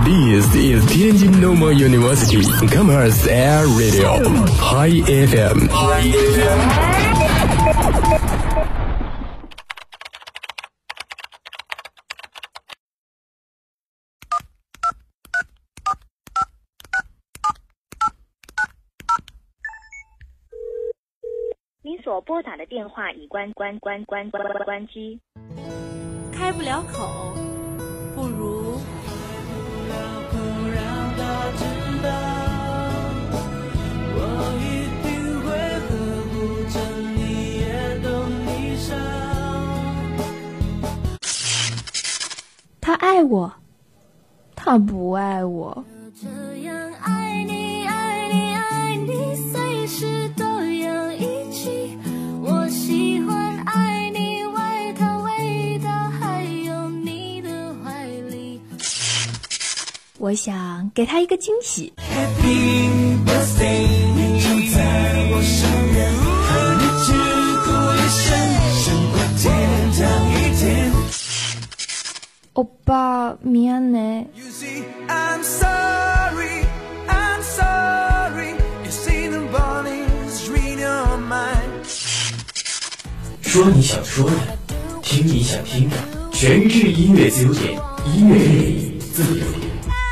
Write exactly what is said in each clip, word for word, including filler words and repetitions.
This is Tianjin Normal University Commerce Air Radio High F M。 您所拨打的电话已关关关关关关关机， 开不了口，不如让他知道，我一定会呵护着你，也懂你伤。他爱我，他不爱我。这样爱你，爱你，爱你，随时都要一起。我喜欢爱你，外套味道，还有你的怀里。我想给他一个惊喜。Happy birthday， 你就在我身边，和你只过一生，胜过天堂一天。欧巴，미안해。I'm sorry, I'm sorry. You see the bodies read your mind. 说你想说的，听你想听的，全智音乐自由点，音乐里自由点。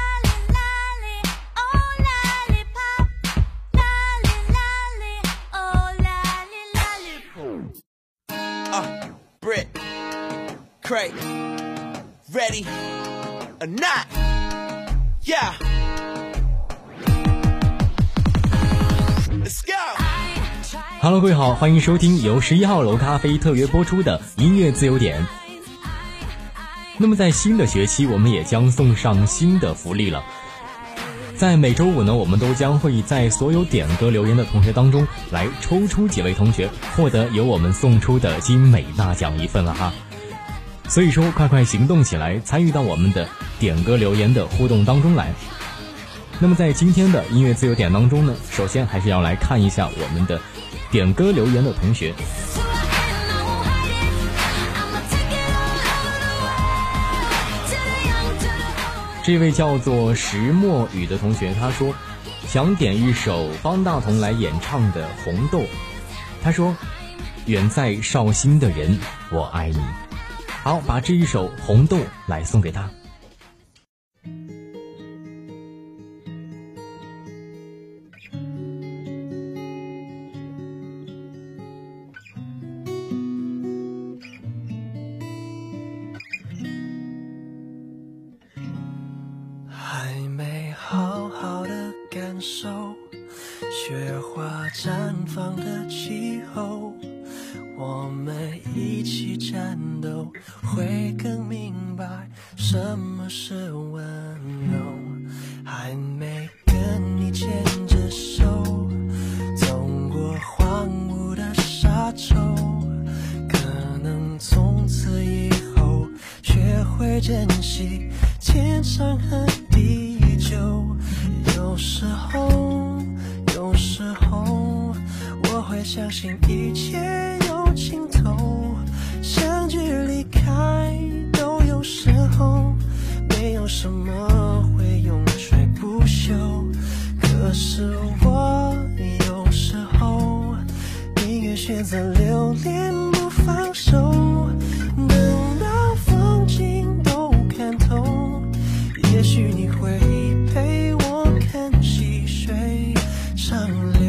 Uh, Brit, Craig, ready or not? Yeah. Let's go. Hello， 各位好，欢迎收听由十一号楼咖啡特约播出的音乐自由点。那么在新的学期，我们也将送上新的福利了。在每周五呢，我们都将会在所有点歌留言的同学当中来抽出几位同学，获得由我们送出的精美大奖一份了哈。所以说快快行动起来，参与到我们的点歌留言的互动当中来。那么在今天的音乐自由点当中呢，首先还是要来看一下我们的点歌留言的同学。这位叫做石墨雨的同学，他说想点一首方大同来演唱的《红豆》。他说远在绍兴的人，我爱你。好，把这一首《红豆》来送给他。 还没好好的感受雪花绽放的气候，我们一起战斗，会更明白什么是温柔。还没跟你牵着手走过荒芜的沙洲，可能从此以后学会珍惜天长和地久。有时候有时候我会相信一切有尽头，相聚离开都有时候，没有什么会永垂不朽。可是我有时候宁愿选择留恋不放手，等到风景都看透，也许你会陪我看细水长流。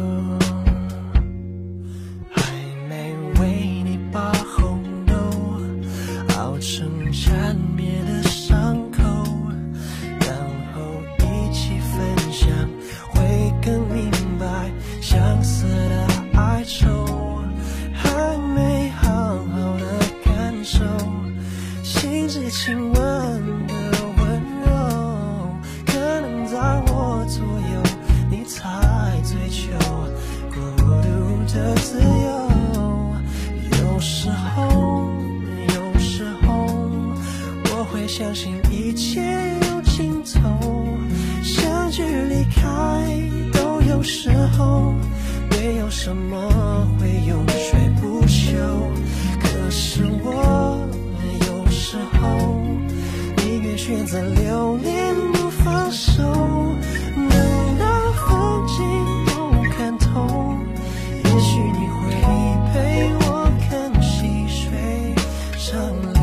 还没为你把红豆熬成缠绵的伤口，然后一起分享，会更明白相思的哀愁。还没好好的感受心之亲吻的温柔，可能在我左右你才追求孤独的自由。有时候有时候我会相信一切有尽头，相聚离开都有时候，没有什么会永垂不朽。可是我有时候宁愿选择留恋不放手，等到风景都看透，也许你会陪我看细水长流。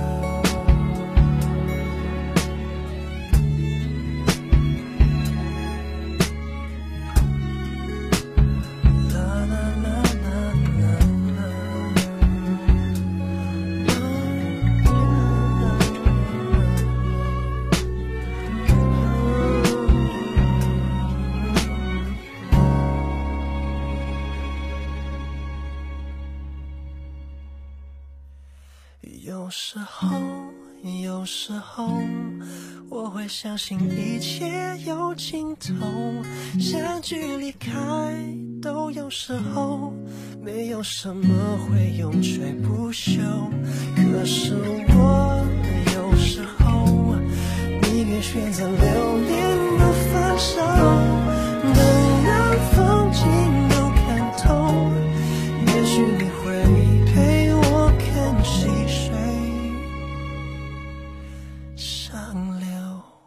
有时候，有时候，我会相信一切有尽头，相聚离开都有时候，没有什么会永垂不朽。可是我有时候宁愿选择留恋的分手，等到风景都看透，也许你会陪我看细水长流。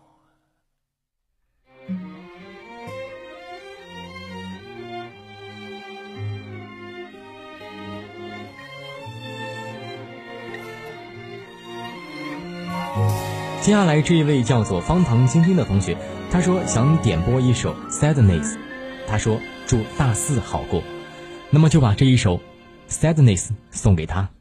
接下来这一位叫做方唐晶晶的同学，他说想点播一首 Sadness， 他说祝大四好过，那么就把这一首 Sadness 送给他。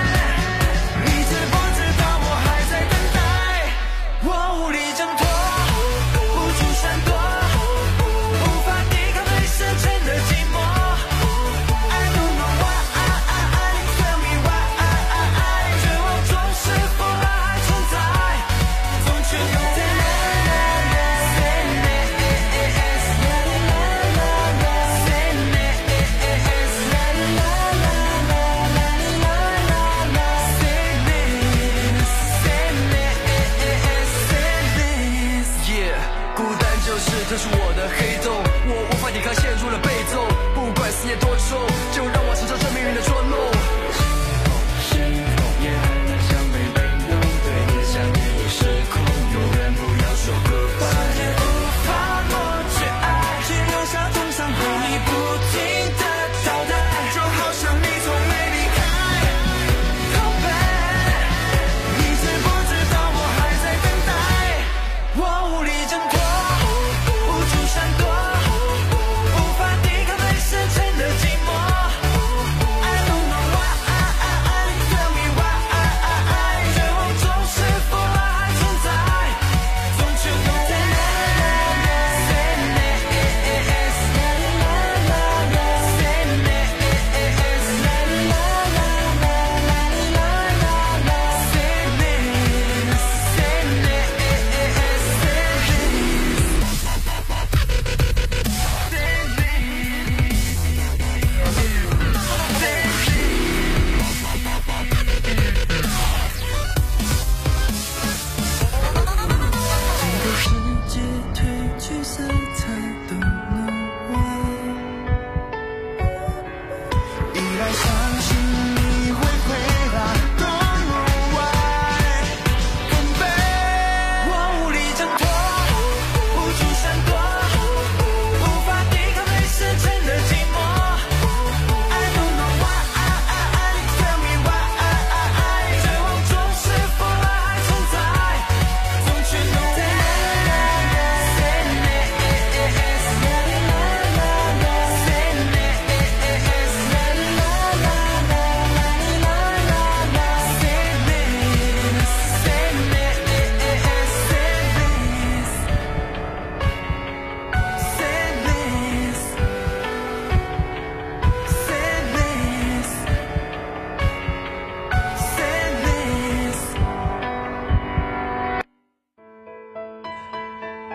我无力挣脱。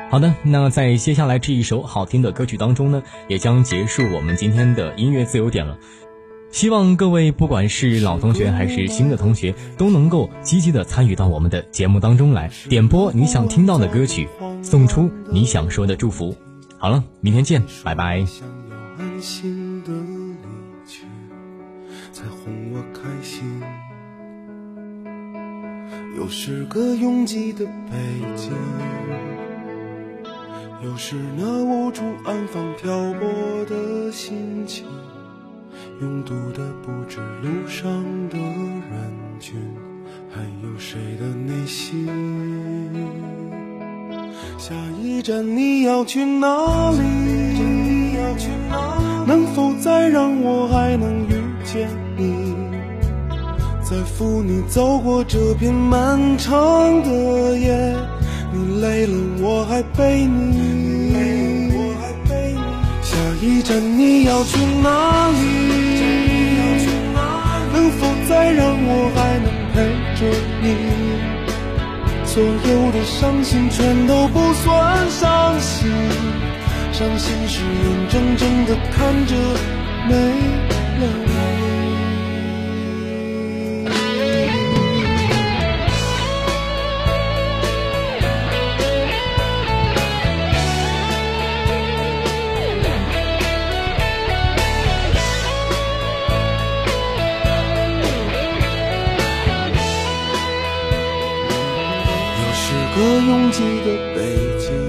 好的，那在接下来这一首好听的歌曲当中呢，也将结束我们今天的音乐自由点了。希望各位不管是老同学还是新的同学，都能够积极的参与到我们的节目当中来，点播你想听到的歌曲，送出你想说的祝福。好了，明天见，拜拜。 想要安心的离去，才哄我开心。又是个拥挤的北京，又是那无处安放漂泊的心情，拥堵的不止路上的人群，还有谁的内心。下一站你要去哪里？能否再让我还能遇见你，再扶你走过这片漫长的夜，你累了我还陪你，下一站你要去哪里？能否再让我还能陪着你，所有的伤心全都不算伤心，伤心是眼睁睁地看着没了你。个拥挤的北京，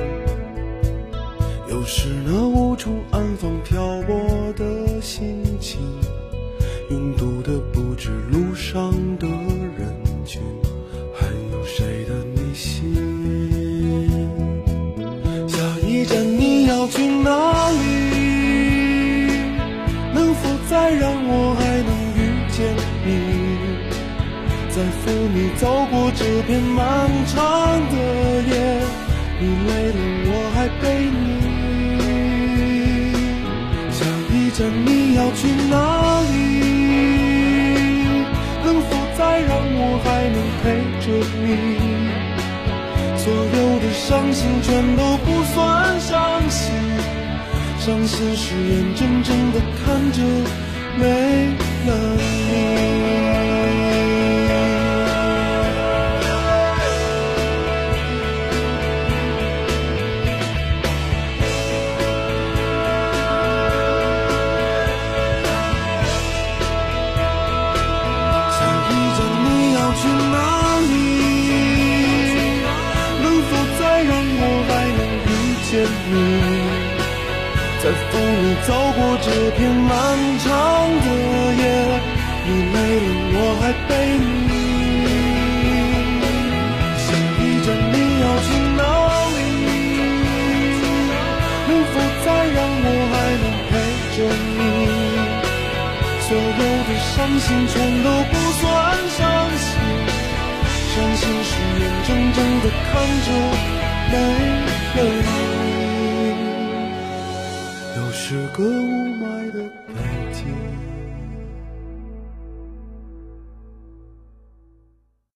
又是那无处安放漂泊的心情，拥堵的不止路上的人群，还有谁的内心。下一站你要去哪里？能否再让我还能遇见你，再扶你走过这片漫长的夜，你累了我还陪你。下一站你要去哪里？能否再让我还能陪着你，所有的伤心全都不算伤心，伤心是眼睁睁地看着没了你。再扶你走过这片漫长的夜，你累了我还陪你。下一站你要去哪里？能否再让我还能陪着你，所有的伤心全都不算伤心，伤心是眼睁睁地看着没了你。又是个雾霾的北京。